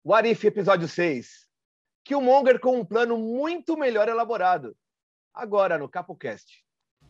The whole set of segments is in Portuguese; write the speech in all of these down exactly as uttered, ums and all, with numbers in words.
What If, episódio seis. Killmonger com um plano muito melhor elaborado. Agora no CapoCast.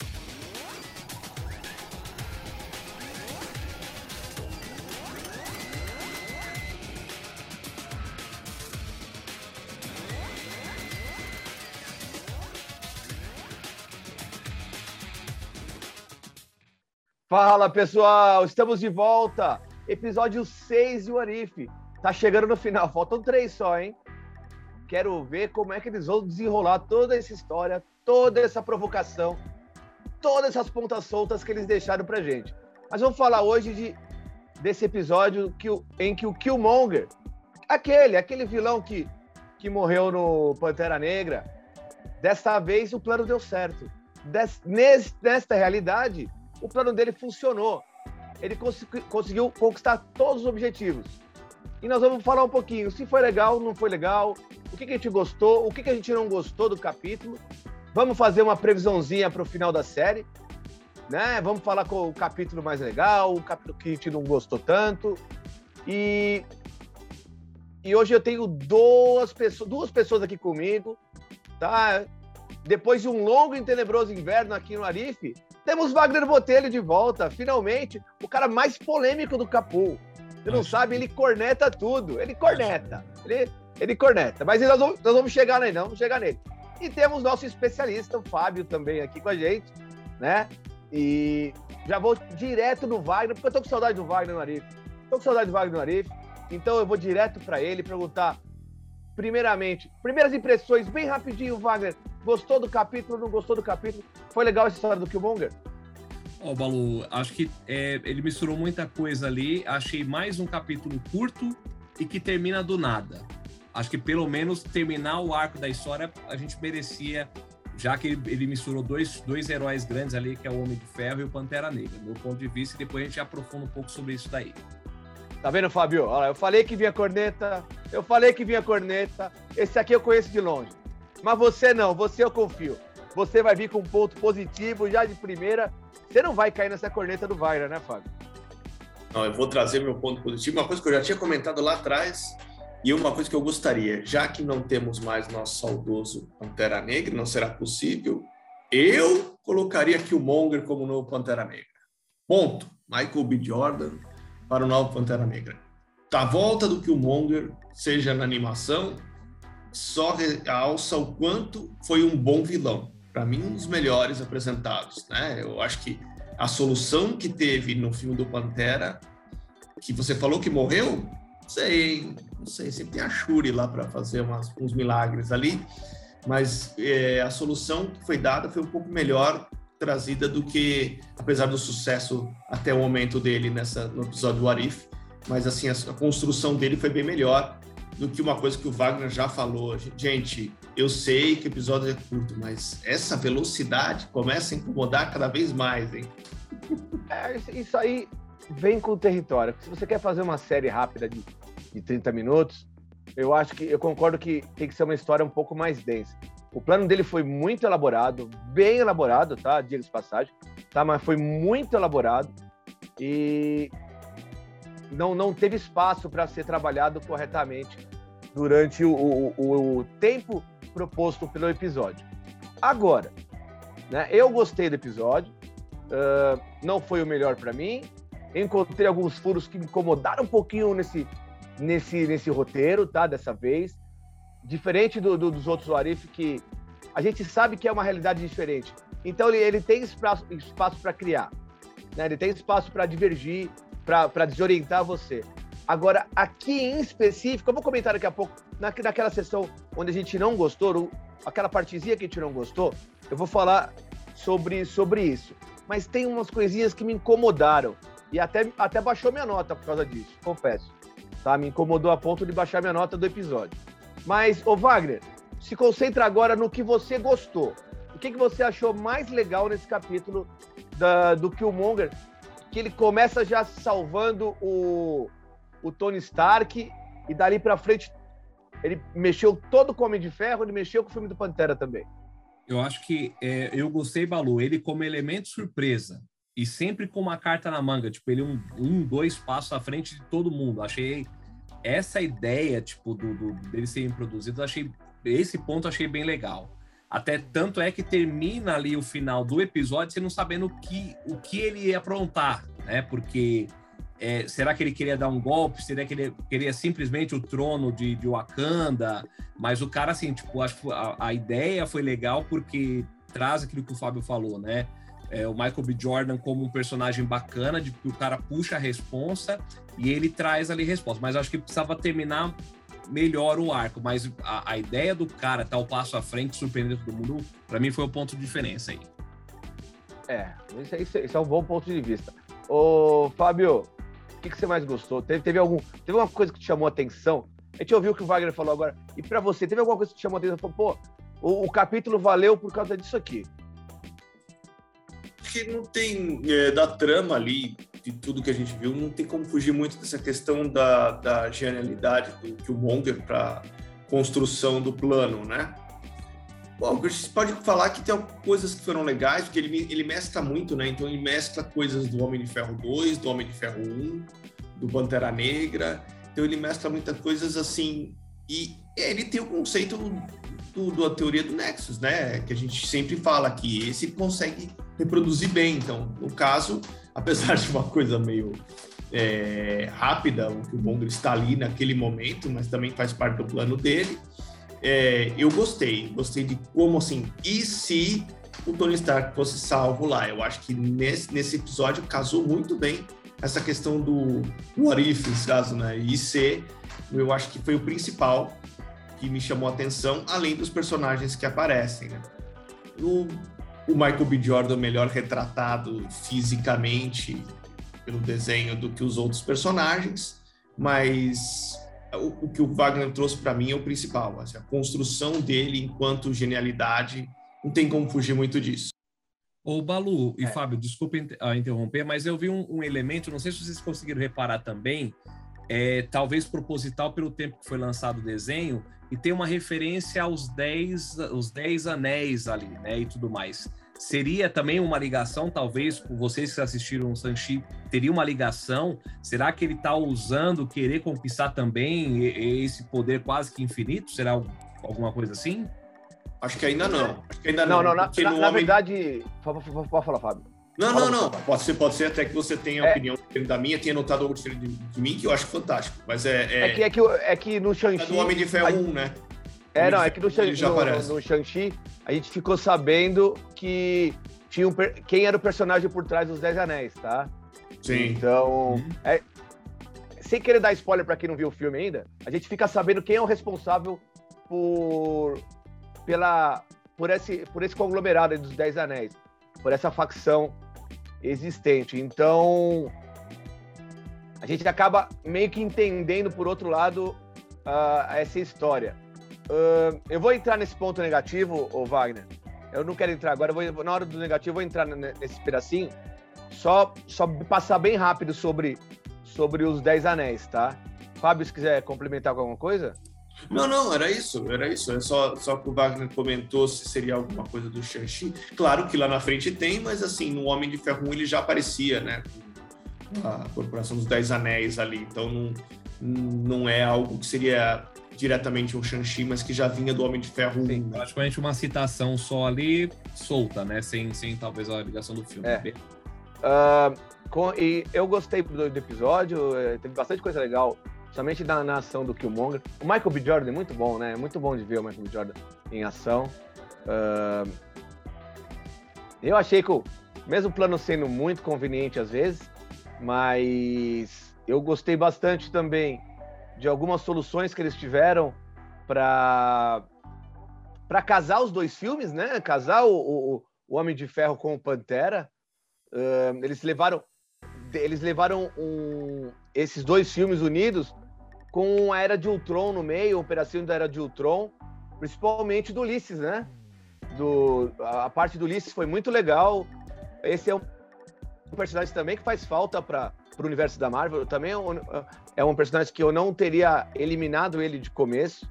Fala, pessoal! Estamos de volta. Episódio seis de What If. Tá chegando no final. Faltam três só, hein? Quero ver como é que eles vão desenrolar toda essa história, toda essa provocação, todas essas pontas soltas que eles deixaram pra gente. Mas vamos falar hoje de, desse episódio que, em que o Killmonger, aquele, aquele vilão que, que morreu no Pantera Negra, desta vez o plano deu certo. Des, nesse, nesta realidade, o plano dele funcionou. Ele cons- conseguiu conquistar todos os objetivos. E nós vamos falar um pouquinho se foi legal, não foi legal, o que, que a gente gostou, o que, que a gente não gostou do capítulo. Vamos fazer uma previsãozinha para o final da série, né? Vamos falar com o capítulo mais legal, o capítulo que a gente não gostou tanto. E, e hoje eu tenho duas pessoas, duas pessoas aqui comigo, tá? Depois de um longo e tenebroso inverno aqui no What If, temos Wagner Botelho de volta, finalmente, o cara mais polêmico do Capô. Você não sabe, ele corneta tudo, ele corneta, ele, ele corneta, mas nós vamos, nós vamos chegar nele, não, vamos chegar nele. E temos nosso especialista, o Fábio, também aqui com a gente, né? E já vou direto no Wagner, porque eu tô com saudade do Wagner no What If. Tô com saudade do Wagner no What If, então eu vou direto para ele perguntar, primeiramente, primeiras impressões, bem rapidinho, Wagner. Gostou do capítulo, não gostou do capítulo? Foi legal essa história do Killmonger? Ó, oh, Balu, acho que é, ele misturou muita coisa ali. Achei mais um capítulo curto e que termina do nada. Acho que pelo menos terminar o arco da história a gente merecia, já que ele, ele misturou dois, dois heróis grandes ali, que é o Homem de Ferro e o Pantera Negra, do meu ponto de vista, e depois a gente aprofunda um pouco sobre isso daí. Tá vendo, Fábio? Olha, eu falei que vinha corneta, eu falei que vinha corneta, esse aqui eu conheço de longe. Mas você não, você eu confio. Você vai vir com um ponto positivo já de primeira. Você não vai cair nessa corneta do Wagner, né, Fábio? Não, eu vou trazer meu ponto positivo. Uma coisa que eu já tinha comentado lá atrás e uma coisa que eu gostaria, já que não temos mais nosso saudoso Pantera Negra, não será possível, eu colocaria Killmonger como novo Pantera Negra. Ponto. Michael B. Jordan para o novo Pantera Negra. A volta do Killmonger, seja na animação, só realça o quanto foi um bom vilão. Para mim, um dos melhores apresentados, né? Eu acho que a solução que teve no filme do Pantera, que você falou que morreu, não sei, não sei, sempre tem a Shuri lá para fazer umas, uns milagres ali, mas é, a solução que foi dada foi um pouco melhor trazida do que, apesar do sucesso até o momento dele nessa, no episódio do What If, mas assim, a, a construção dele foi bem melhor do que uma coisa que o Wagner já falou. Gente, eu sei que o episódio é curto, mas essa velocidade começa a incomodar cada vez mais, hein? É, isso aí vem com o território. Se você quer fazer uma série rápida de, de trinta minutos, eu acho que, eu concordo que tem que ser uma história um pouco mais densa. O plano dele foi muito elaborado, bem elaborado, tá? Diga-se de passagem, tá? Mas foi muito elaborado e não, não teve espaço para ser trabalhado corretamente durante o, o, o tempo proposto pelo episódio. Agora, né, eu gostei do episódio, uh, não foi o melhor para mim, encontrei alguns furos que me incomodaram um pouquinho nesse, nesse, nesse roteiro, tá, dessa vez, diferente do, do, dos outros What If, que a gente sabe que é uma realidade diferente, então ele, ele tem espaço, espaço para criar, né, ele tem espaço para divergir, para desorientar você. Agora, aqui em específico, eu vou comentar daqui a pouco, na, naquela sessão onde a gente não gostou, aquela partezinha que a gente não gostou, eu vou falar sobre, sobre isso. Mas tem umas coisinhas que me incomodaram, e até, até baixou minha nota por causa disso, confesso. Tá? Me incomodou a ponto de baixar minha nota do episódio. Mas, ô Wagner, se concentra agora no que você gostou. O que, que você achou mais legal nesse capítulo da, do Killmonger, que ele começa já salvando o... o Tony Stark, e dali pra frente ele mexeu todo com o Homem de Ferro, ele mexeu com o filme do Pantera também. Eu acho que é, eu gostei, Balu, ele como elemento surpresa, e sempre com uma carta na manga, tipo, ele um, um dois passos à frente de todo mundo. Achei essa ideia, tipo, do, do, deles serem produzidos, eu achei, esse ponto eu achei bem legal. Até tanto é que termina ali o final do episódio você não sabendo o que, o que ele ia aprontar, né? Porque é, será que ele queria dar um golpe? Será que ele queria simplesmente o trono de, de Wakanda? Mas o cara, assim, tipo, acho que a, a ideia foi legal porque traz aquilo que o Fábio falou, né? É, o Michael B. Jordan como um personagem bacana, de que o cara puxa a responsa e ele traz ali a resposta. Mas acho que precisava terminar melhor o arco, mas a, a ideia do cara estar tá o passo à frente, surpreendendo todo mundo, para mim foi o ponto de diferença aí. É, isso, isso, isso é um bom ponto de vista. Ô, Fábio, o que, que você mais gostou? Teve, teve, algum, teve alguma coisa que te chamou a atenção? A gente ouviu o que o Wagner falou agora. E para você, teve alguma coisa que te chamou a atenção? Falou, pô, o, o capítulo valeu por causa disso aqui. Acho que não tem, é, da trama ali, de tudo que a gente viu, não tem como fugir muito dessa questão da, da genialidade do Killmonger para construção do plano, né? Bom, a gente pode falar que tem coisas que foram legais, porque ele, ele mescla muito, né? Então ele mescla coisas do Homem de Ferro dois, do Homem de Ferro um, do Pantera Negra. Então ele mescla muitas coisas assim. E ele tem o conceito do, do, da teoria do Nexus, né? Que a gente sempre fala que esse consegue reproduzir bem. Então, no caso, apesar de uma coisa meio é, rápida, o Killmonger está ali naquele momento, mas também faz parte do plano dele. É, eu gostei, gostei de como, assim, e se o Tony Stark fosse salvo lá? Eu acho que nesse, nesse episódio casou muito bem essa questão do what if, nesse caso, né? E se, eu acho que foi o principal que me chamou a atenção, além dos personagens que aparecem, né? O, o Michael B. Jordan melhor retratado fisicamente pelo desenho do que os outros personagens, mas o, o que o Wagner trouxe para mim é o principal, assim, a construção dele enquanto genialidade, não tem como fugir muito disso. Ô, Balu e é. Fábio, desculpa interromper, mas eu vi um, um elemento, não sei se vocês conseguiram reparar também, é, talvez proposital pelo tempo que foi lançado o desenho, e tem uma referência aos dez, os dez anéis ali, né, e tudo mais. Seria também uma ligação, talvez, com vocês que assistiram o Shang-Chi, teria uma ligação? Será que ele está usando, querer conquistar também esse poder quase que infinito? Será alguma coisa assim? Acho que ainda não. Acho que ainda não, não. não, na, na, no na homem... verdade... Pode falar, Fábio. Não, Fala, não, não. Pode ser, pode ser até que você tenha é... opinião da minha, tenha notado algo diferente de, de mim, que eu acho fantástico. Mas é... É, é, que, é, que, é que no Shang-Chi... É do Homem de Ferro a... um, né? É, não, é que no, no, no Shang-Chi a gente ficou sabendo que tinha um, quem era o personagem por trás dos Dez Anéis, tá? Sim. Então, uhum. é, sem querer dar spoiler pra quem não viu o filme ainda, a gente fica sabendo quem é o responsável por, pela, por, esse, por esse conglomerado aí dos Dez Anéis, por essa facção existente. Então, a gente acaba meio que entendendo, por outro lado, uh, essa história. Uh, eu vou entrar nesse ponto negativo, ô Wagner. Eu não quero entrar agora, eu vou, na hora do negativo eu vou entrar nesse pedacinho. Só, só passar bem rápido sobre, sobre os Dez Anéis, tá? Fábio, se quiser complementar com alguma coisa? Não, não, era isso, era isso. É só, só que o Wagner comentou se seria alguma coisa do Shang-Chi. Claro que lá na frente tem, mas assim, no Homem de Ferro um ele já aparecia, né? A Corporação dos Dez Anéis ali. Então não, não é algo que seria diretamente um Shang-Chi, mas que já vinha do Homem de Ferro um. Sim, praticamente uma citação só ali, solta, né? Sem, sem talvez a ligação do filme. É. Uh, com, e eu gostei do, do episódio, teve bastante coisa legal, somente na, na ação do Killmonger. O Michael B. Jordan é muito bom, né? É muito bom de ver o Michael B. Jordan em ação. Uh, eu achei que, o mesmo plano sendo muito conveniente às vezes, mas eu gostei bastante também de algumas soluções que eles tiveram para para casar os dois filmes, né? Casar o, o, o Homem de Ferro com o Pantera. Uh, eles levaram, eles levaram um, esses dois filmes unidos com a Era de Ultron no meio, a operação da Era de Ultron, principalmente do Ulysses, né? Do, a, a parte do Ulysses foi muito legal. Esse é um personagem também que faz falta para o universo da Marvel. Também é um, é um personagem que eu não teria eliminado ele de começo.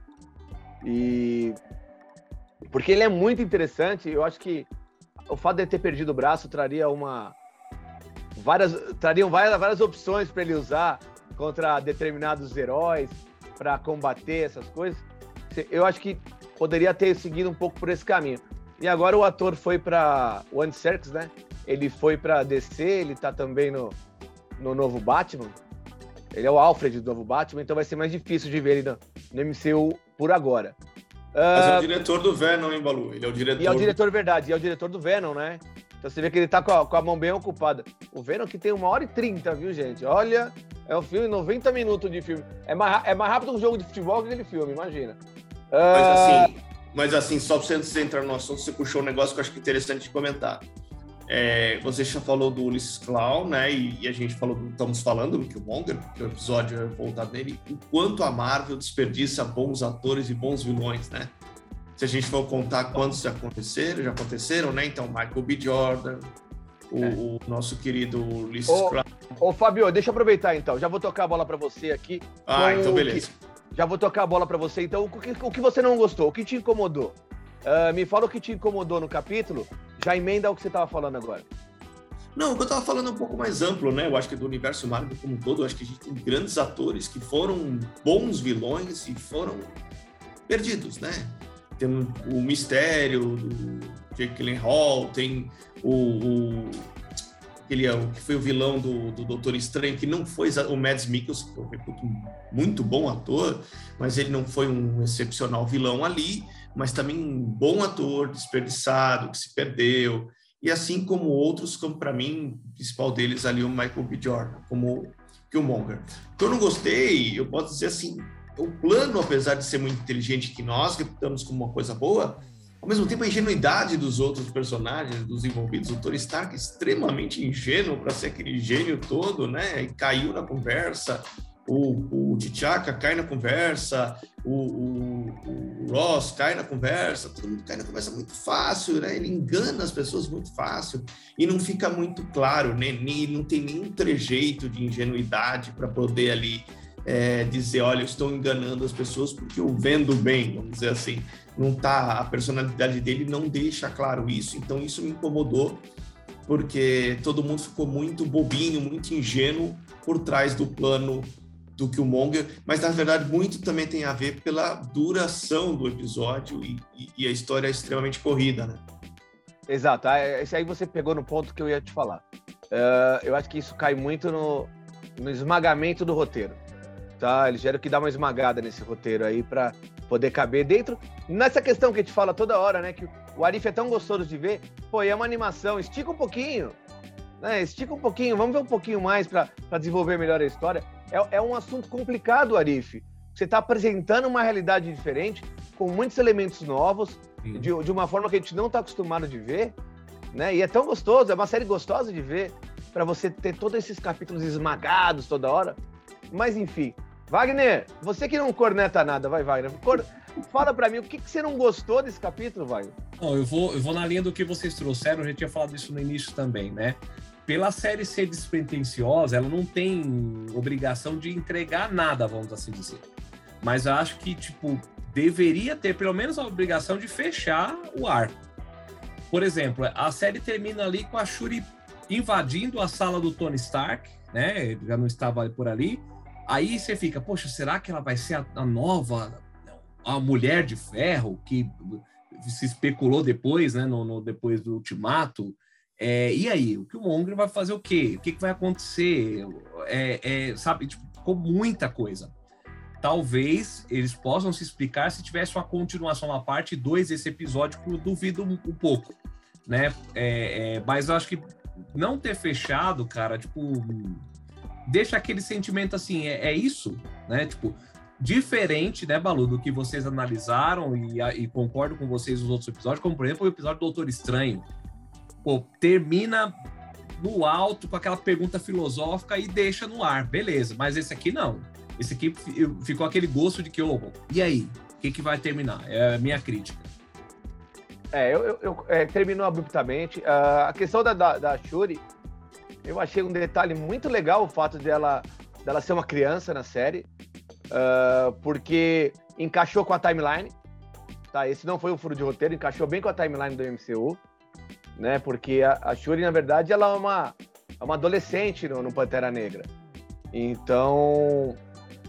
E porque ele é muito interessante. Eu acho que o fato de ele ter perdido o braço traria uma várias trariam várias, várias opções para ele usar contra determinados heróis para combater essas coisas. Eu acho que poderia ter seguido um pouco por esse caminho. E agora o ator foi para o Andy Serkis, né? Ele foi para D C, ele tá também no, no novo Batman. Ele é o Alfred do novo Batman, então vai ser mais difícil de ver ele no, no M C U por agora. Mas é o diretor do Venom, hein, Balu? Ele é o diretor. E é o diretor, verdade, e é o diretor do Venom, né? Então você vê que ele tá com a, com a mão bem ocupada. O Venom que tem uma hora e trinta, viu, gente? Olha, é um filme, noventa minutos de filme. É mais, é mais rápido que um jogo de futebol que aquele filme, imagina. Mas assim, mas assim, só pra você entrar no assunto, você puxou um negócio que eu acho que é interessante de comentar. É, você já falou do Ulysses Klaue, né? E, e a gente falou, estamos falando do Killmonger, que o episódio é voltado nele, o quanto a Marvel desperdiça bons atores e bons vilões, né? Se a gente for contar quantos já aconteceram, já aconteceram, né? Então, Michael B. Jordan, o, é. o nosso querido Ulysses Klaue. Ô, Fabio, deixa eu aproveitar então. Já vou tocar a bola para você aqui. Ah, então beleza. Que, já vou tocar a bola para você. Então, o que, o que você não gostou? O que te incomodou? Uh, me fala o que te incomodou no capítulo. Já emenda o que você estava falando agora. Não, o que eu estava falando é um pouco mais amplo, né? Eu acho que do universo Marvel como um todo, eu acho que a gente tem grandes atores que foram bons vilões e foram perdidos, né? Tem o Mistério, do Jake Gyllenhaal, tem o, o, aquele, o que foi o vilão do, do Doutor Estranho, que não foi o Mads Mikkelsen, que foi um muito bom ator, mas ele não foi um excepcional vilão ali, mas também um bom ator, desperdiçado, que se perdeu, e assim como outros, como para mim, o principal deles ali, o Michael B. Jordan, como o Killmonger. O que eu não gostei, eu posso dizer assim, o plano, apesar de ser muito inteligente, que nós reputamos como uma coisa boa, ao mesmo tempo a ingenuidade dos outros personagens, dos envolvidos, o Tony Stark é extremamente ingênuo para ser aquele gênio todo, né? E caiu na conversa, o, o T'Chaka cai na conversa, o, o, o Ross cai na conversa, todo mundo cai na conversa muito fácil, né? Ele engana as pessoas muito fácil e não fica muito claro, né? Nem, não tem nenhum trejeito de ingenuidade para poder ali É, dizer, olha, eu estou enganando as pessoas porque eu vendo bem, vamos dizer assim, não tá, a personalidade dele não deixa claro isso, então isso me incomodou, porque todo mundo ficou muito bobinho, muito ingênuo por trás do plano do Killmonger, mas na verdade muito também tem a ver pela duração do episódio e, e, e a história é extremamente corrida, né? Exato, esse aí você pegou no ponto que eu ia te falar. Uh, eu acho que isso cai muito no, no esmagamento do roteiro. Tá, eles tiveram que dar uma esmagada nesse roteiro aí para poder caber dentro. Nessa questão que a gente fala toda hora, né? Que o Arif é tão gostoso de ver. Pô, e é uma animação, estica um pouquinho. Né, estica um pouquinho, vamos ver um pouquinho mais para desenvolver melhor a história. É, é um assunto complicado, Arif. Você está apresentando uma realidade diferente, com muitos elementos novos, de, de uma forma que a gente não está acostumado de ver. Né? E é tão gostoso, é uma série gostosa de ver, para você ter todos esses capítulos esmagados toda hora. Mas enfim, Wagner, você que não corneta nada, vai, Wagner, cor... fala pra mim, o que, que você não gostou desse capítulo, Wagner? Bom, eu vou, eu vou na linha do que vocês trouxeram, a gente tinha falado isso no início também, né? Pela série ser despretensiosa, ela não tem obrigação de entregar nada, vamos assim dizer. Mas eu acho que, tipo, deveria ter pelo menos a obrigação de fechar o arco. Por exemplo, a série termina ali com a Shuri invadindo a sala do Tony Stark, né? Já não estava por ali. Aí você fica, poxa, será que ela vai ser a, a nova, a Mulher de Ferro, que se especulou depois, né, no, no, depois do Ultimato? É, e aí, o Killmonger vai fazer o quê? O que, que vai acontecer? É, é, sabe, tipo, ficou muita coisa. Talvez eles possam se explicar se tivesse uma continuação na parte dois desse episódio, que eu duvido um, um pouco, né? É, é, mas eu acho que não ter fechado, cara, tipo... deixa aquele sentimento assim, é, é isso, né? Tipo, diferente, né, Balu, do que vocês analisaram e, e concordo com vocês nos outros episódios, como, por exemplo, o episódio do Doutor Estranho. Pô, termina no alto com aquela pergunta filosófica e deixa no ar, beleza. Mas esse aqui não. Esse aqui ficou aquele gosto de que, oh, e aí? O que, que vai terminar? É a minha crítica. É, eu, eu, eu é, terminou abruptamente. Uh, a questão da, da, da Shuri, eu achei um detalhe muito legal o fato dela, dela ser uma criança na série, uh, porque encaixou com a timeline, tá? Esse não foi um furo de roteiro, encaixou bem com a timeline do M C U, né? Porque a, a Shuri, na verdade, ela é uma, é uma adolescente no, no Pantera Negra. Então,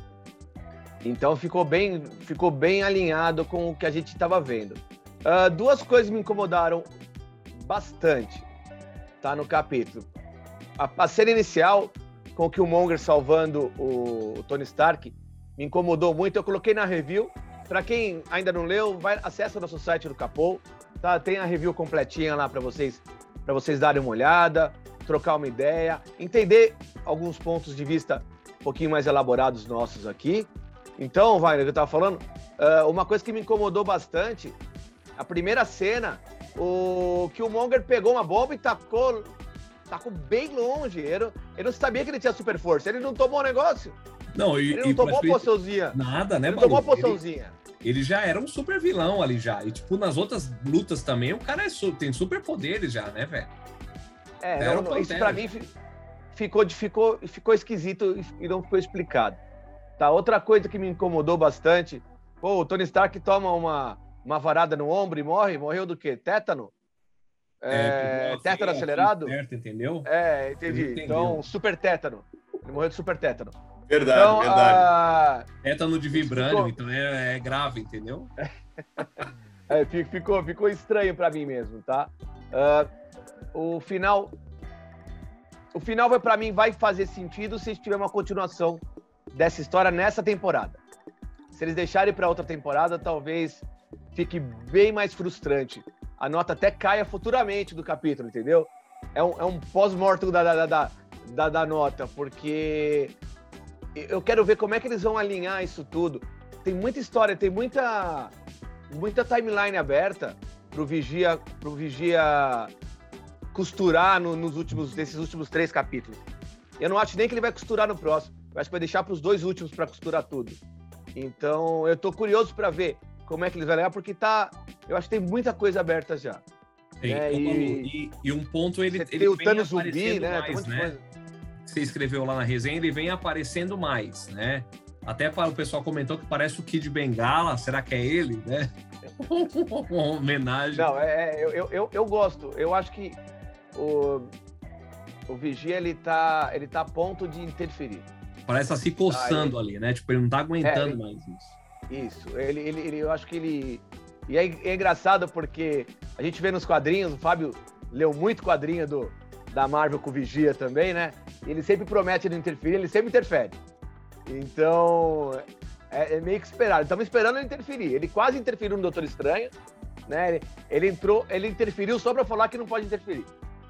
então ficou bem, ficou bem alinhado com o que a gente estava vendo. Uh, duas coisas me incomodaram bastante, tá, no capítulo. A, a cena inicial, com o Killmonger salvando o, o Tony Stark, me incomodou muito. Eu coloquei na review. Para quem ainda não leu, vai, acessa o nosso site do Capô, tá? Tem a review completinha lá para vocês, para vocês darem uma olhada, trocar uma ideia, entender alguns pontos de vista um pouquinho mais elaborados nossos aqui. Então, Wagner, eu estava falando, uh, uma coisa que me incomodou bastante, a primeira cena, o Killmonger pegou uma bomba e tacou, tacou bem longe. Ele, ele não sabia que ele tinha super força, ele não tomou o negócio. Não, e, ele não e tomou a poçãozinha. Nada, né, Ele não Balu? tomou a poçãozinha. Ele, ele já era um super vilão ali já. E, tipo, nas outras lutas também, o cara é su- tem super poderes já, né, velho? É, não, não, isso pra mim ficou, ficou, ficou esquisito e não ficou explicado. Tá, outra coisa que me incomodou bastante, pô, o Tony Stark toma uma, uma varada no ombro e morre. Morreu do quê? Tétano? É, é, tétano assim, acelerado? Certo, entendeu? É, entendi. Então, super tétano. Ele morreu de super tétano. Verdade, então, verdade. A... Tétano de vibrânio, ficou... então é, é grave, entendeu? é, ficou, ficou estranho pra mim mesmo, tá? Uh, o final... O final, vai, pra mim, vai fazer sentido se tiver uma continuação dessa história nessa temporada. Se eles deixarem pra outra temporada, talvez fique bem mais frustrante. A nota até caia futuramente do capítulo, entendeu? É um, é um pós-mortem da, da, da, da, da nota, porque... Eu quero ver como é que eles vão alinhar isso tudo. Tem muita história, tem muita, muita timeline aberta pro Vigia, pro Vigia costurar no, nos últimos, desses últimos três capítulos. Eu não acho nem que ele vai costurar no próximo. Eu acho que vai deixar para os dois últimos para costurar tudo. Então, eu tô curioso para ver como é que eles vão alinhar, porque tá, eu acho que tem muita coisa aberta já. Tem, é, e, e, e um ponto ele, ele tem o vem Thanos zumbi, né? Mais, tem um né? coisa. Você escreveu lá na resenha, ele vem aparecendo mais, né? Até para o pessoal comentou que parece o Kid Bengala, será que é ele, né? Uma homenagem. Não, é, eu, eu, eu gosto. Eu acho que o, o Vigia, ele tá, ele tá a ponto de interferir. Parece estar se coçando ah, ele... ali, né? Tipo, ele não tá aguentando é, ele... mais isso. Isso, ele, ele, ele, eu acho que ele... E é, é engraçado porque a gente vê nos quadrinhos, o Fábio leu muito quadrinho do, da Marvel com o Vigia também, né? Ele sempre promete não interferir, ele sempre interfere. Então, é, é meio que esperado. Estamos esperando ele interferir. Ele quase interferiu no Doutor Estranho, né? Ele, ele entrou, ele interferiu só para falar que não pode interferir.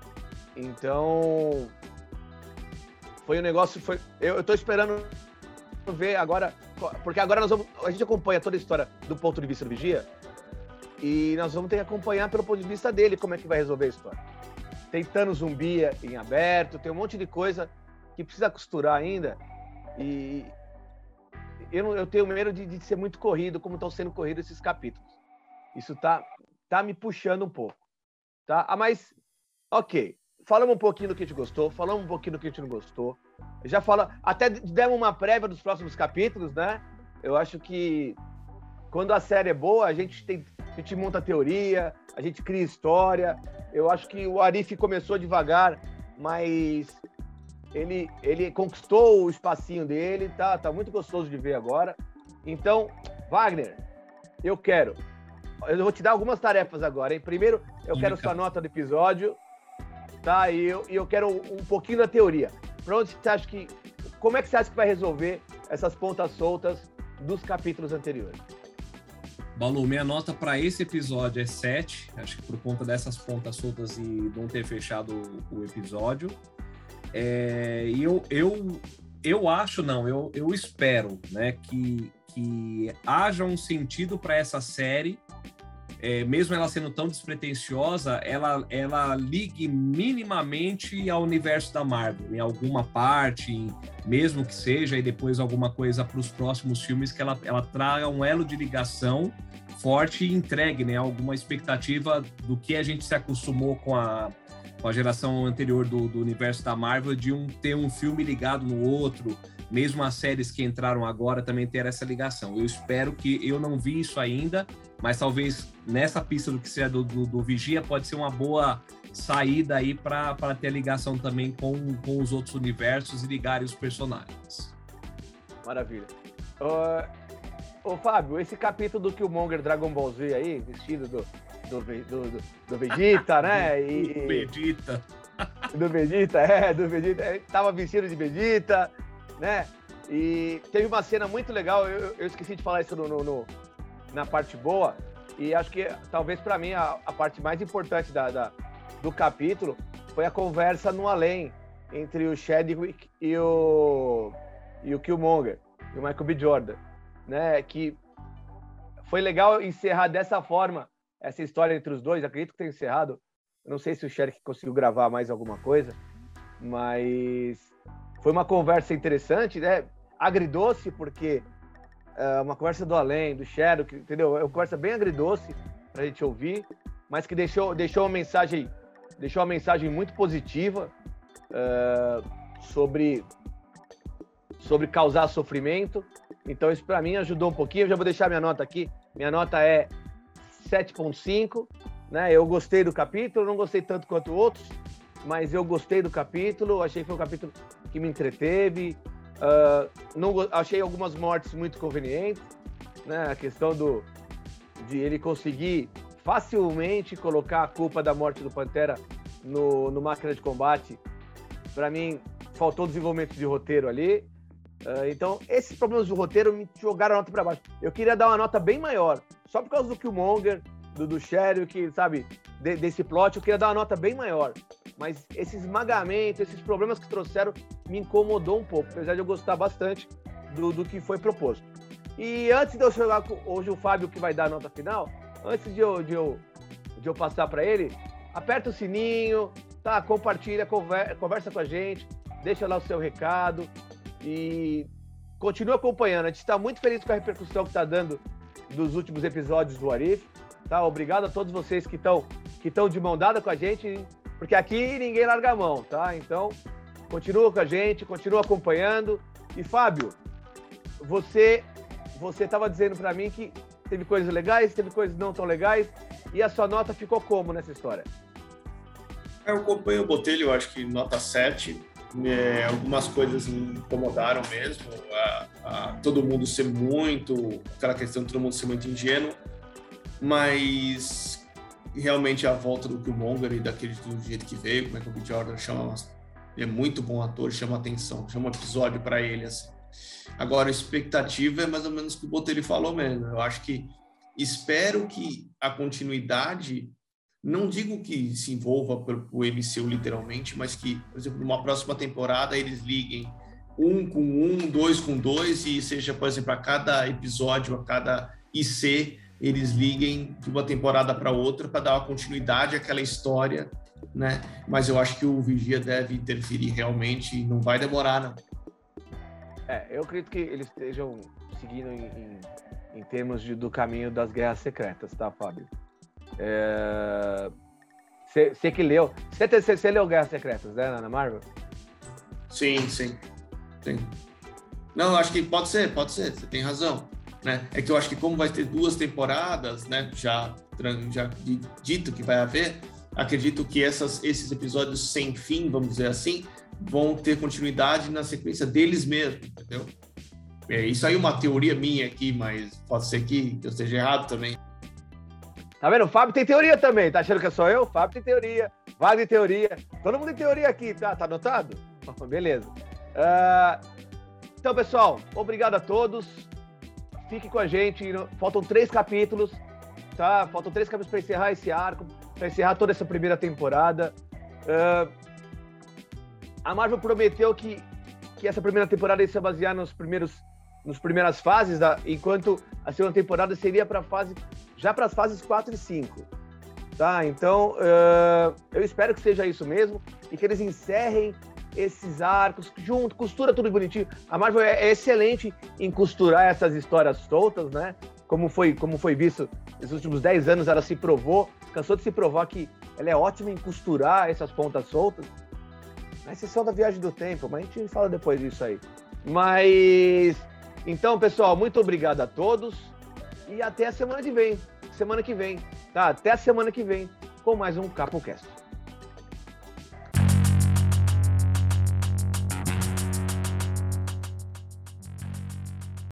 Então, foi um negócio, foi... Eu, eu tô esperando ver agora, porque agora nós vamos, a gente acompanha toda a história do ponto de vista do Vigia, e nós vamos ter que acompanhar pelo ponto de vista dele como é que vai resolver a história. Tem Thanos zumbi em aberto, tem um monte de coisa que precisa costurar ainda, e eu, não, eu tenho medo de, de ser muito corrido, como estão sendo corridos esses capítulos. Isso tá, tá me puxando um pouco, tá? Ah, mas, ok, falamos um pouquinho do que a gente gostou, falamos um pouquinho do que a gente não gostou, já fala, até demos uma prévia dos próximos capítulos, né? Eu acho que quando a série é boa, a gente tem, a gente monta teoria, a gente cria história. Eu acho que o Arif começou devagar, mas ele, ele conquistou o espacinho dele, tá, tá muito gostoso de ver agora. Então, Wagner, eu quero, eu vou te dar algumas tarefas agora, hein? Primeiro, eu quero sua nota do episódio, tá? E eu, e eu quero um pouquinho da teoria. Pra onde você acha que, como é que você acha que vai resolver essas pontas soltas dos capítulos anteriores? Balu, minha nota para esse episódio é sete, acho que por conta dessas pontas soltas e não ter fechado o, o episódio. É, e eu, eu, eu acho, não, eu, eu espero, né, que, que haja um sentido para essa série, é, mesmo ela sendo tão despretensiosa, ela, ela ligue minimamente ao universo da Marvel, em alguma parte, em, mesmo que seja, e depois alguma coisa para os próximos filmes, que ela, ela traga um elo de ligação forte e entregue, né, alguma expectativa do que a gente se acostumou com a, com a geração anterior do, do universo da Marvel, de um, ter um filme ligado no outro, mesmo as séries que entraram agora também ter essa ligação. Eu espero que, eu não vi isso ainda, mas talvez nessa pista do que seja do, do, do Vigia pode ser uma boa sair daí para ter ligação também com, com os outros universos e ligarem os personagens. Maravilha. Ô, uh, Fábio, esse capítulo do Killmonger Dragon Ball Z aí, vestido do, do, do, do, do Vegeta, né? E, do Vegeta. Do Vegeta, é, do Vegeta. Ele tava vestido de Vegeta, né? E teve uma cena muito legal, eu, eu esqueci de falar isso no, no, no, na parte boa, e acho que talvez para mim a, a parte mais importante da, da, do capítulo foi a conversa no além entre o Chadwick e o, e o Killmonger, e o Michael B. Jordan, né? Que foi legal encerrar dessa forma essa história entre os dois. Acredito que tenha encerrado. Eu não sei se o Chadwick conseguiu gravar mais alguma coisa, mas foi uma conversa interessante, né? Agridoce, porque é uma conversa do além, do Chadwick, entendeu? É uma conversa bem agridoce pra gente ouvir, mas que deixou, deixou uma mensagem, deixou uma mensagem muito positiva uh, sobre, sobre causar sofrimento. Então isso para mim ajudou um pouquinho. Eu já vou deixar minha nota aqui. Minha nota é sete ponto cinco, né? Eu gostei do capítulo, não gostei tanto quanto outros, mas eu gostei do capítulo. Achei que foi um capítulo que me entreteve. Uh, não, achei algumas mortes muito convenientes, né? A questão do, de ele conseguir facilmente colocar a culpa da morte do Pantera no, no Máquina de Combate. Para mim, faltou desenvolvimento de roteiro ali. Uh, então, esses problemas do roteiro me jogaram a nota para baixo. Eu queria dar uma nota bem maior, só por causa do Killmonger, do, do Chadwick, sabe, de, desse plot, eu queria dar uma nota bem maior. Mas esse esmagamento, esses problemas que trouxeram, me incomodou um pouco, apesar de eu gostar bastante do, do que foi proposto. E antes de eu chegar com hoje o Fábio, que vai dar a nota final, antes de eu, de eu, de eu passar para ele, aperta o sininho, tá? Compartilha, conversa, conversa com a gente, deixa lá o seu recado e continua acompanhando. A gente está muito feliz com a repercussão que está dando dos últimos episódios do Arif. Tá? Obrigado a todos vocês que estão que estão de mão dada com a gente, porque aqui ninguém larga a mão, tá? Então, continua com a gente, continua acompanhando. E, Fábio, você você estava dizendo para mim que teve coisas legais, teve coisas não tão legais, e a sua nota ficou como nessa história? Eu acompanho o Botelho, eu acho que nota sete. É, algumas coisas me incomodaram mesmo, a, a, todo mundo ser muito, aquela questão de todo mundo ser muito ingênuo, mas realmente a volta do Killmonger e daquele do jeito que veio, como é que o B. Jordan chama, é muito bom ator, chama atenção, chama um episódio para ele, assim. Agora, a expectativa é mais ou menos o que o Botelho falou mesmo. Eu acho que, espero que a continuidade, não digo que se envolva o M C U literalmente, mas que, por exemplo, numa próxima temporada eles liguem um com um, dois com dois, e seja, por exemplo, a cada episódio, a cada I C, eles liguem de uma temporada para outra para dar uma continuidade àquela história, né? Mas eu acho que o Vigia deve interferir realmente, não vai demorar, não. É, eu acredito que eles estejam seguindo em, em, em termos de, do caminho das Guerras Secretas, tá, Fábio? Você é... que leu. Você leu Guerras Secretas, né, na Marvel? Sim, sim. sim. Não, acho que pode ser, pode ser, você tem razão. Né? É que eu acho que como vai ter duas temporadas, né, já, já dito que vai haver, acredito que essas, esses episódios sem fim, vamos dizer assim, vão ter continuidade na sequência deles mesmos, entendeu? É, isso aí é uma teoria minha aqui, mas pode ser que eu esteja errado também. Tá vendo? O Fábio tem teoria também. Tá achando que é só eu? O Fábio tem teoria. Wagner tem teoria. Todo mundo tem teoria aqui, tá? Tá anotado? Beleza. Uh, então, pessoal, obrigado a todos. Fique com a gente. Faltam três capítulos, tá? Faltam três capítulos para encerrar esse arco, para encerrar toda essa primeira temporada. Uh, a Marvel prometeu que, que essa primeira temporada ia se basear nos primeiros, nos primeiras fases, da, enquanto a segunda temporada seria para fase já para as fases quatro e cinco, tá? Então, uh, eu espero que seja isso mesmo e que eles encerrem esses arcos junto, costura tudo bonitinho. A Marvel é, é excelente em costurar essas histórias soltas, né? Como foi, como foi visto nos últimos dez anos, ela se provou, cansou de se provar que ela é ótima em costurar essas pontas soltas, na exceção da Viagem do Tempo, mas a gente fala depois disso aí. Mas, então, pessoal, muito obrigado a todos. E até a semana que vem, semana que vem, tá? Até a semana que vem com mais um CapoCast.